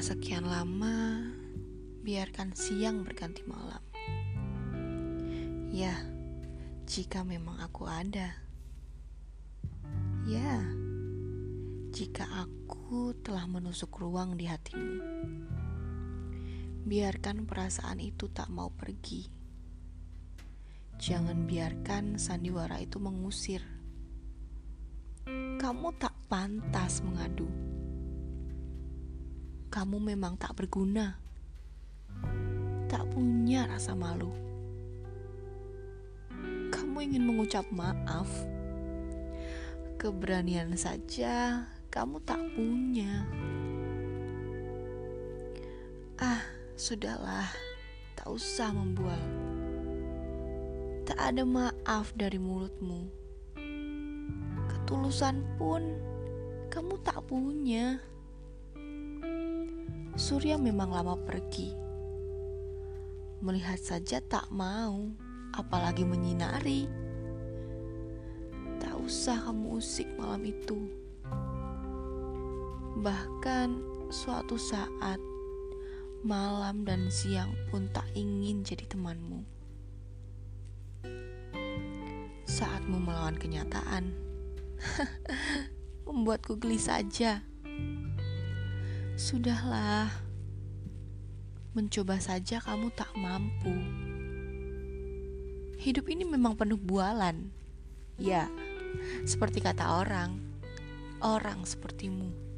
Sekian lama, biarkan siang berganti malam. Ya, jika memang aku ada. Ya, jika aku telah menusuk ruang di hatimu. Biarkan perasaan itu tak mau pergi. Jangan biarkan sandiwara itu mengusir. Kamu tak pantas mengadu. Kamu memang tak berguna. Tak punya rasa malu. Kamu ingin mengucap maaf. Keberanian saja kamu tak punya. Sudahlah, tak usah membual. Tak ada maaf dari mulutmu. Ketulusan pun kamu tak punya. Surya memang lama pergi. Melihat saja tak mau, apalagi menyinari. Tak usah kamu usik malam itu. Bahkan suatu saat, malam dan siang pun tak ingin jadi temanmu. Saatmu melawan kenyataan membuatku geli saja. Sudahlah, mencoba saja kamu tak mampu. Hidup ini memang penuh bualan. Ya, seperti kata orang sepertimu.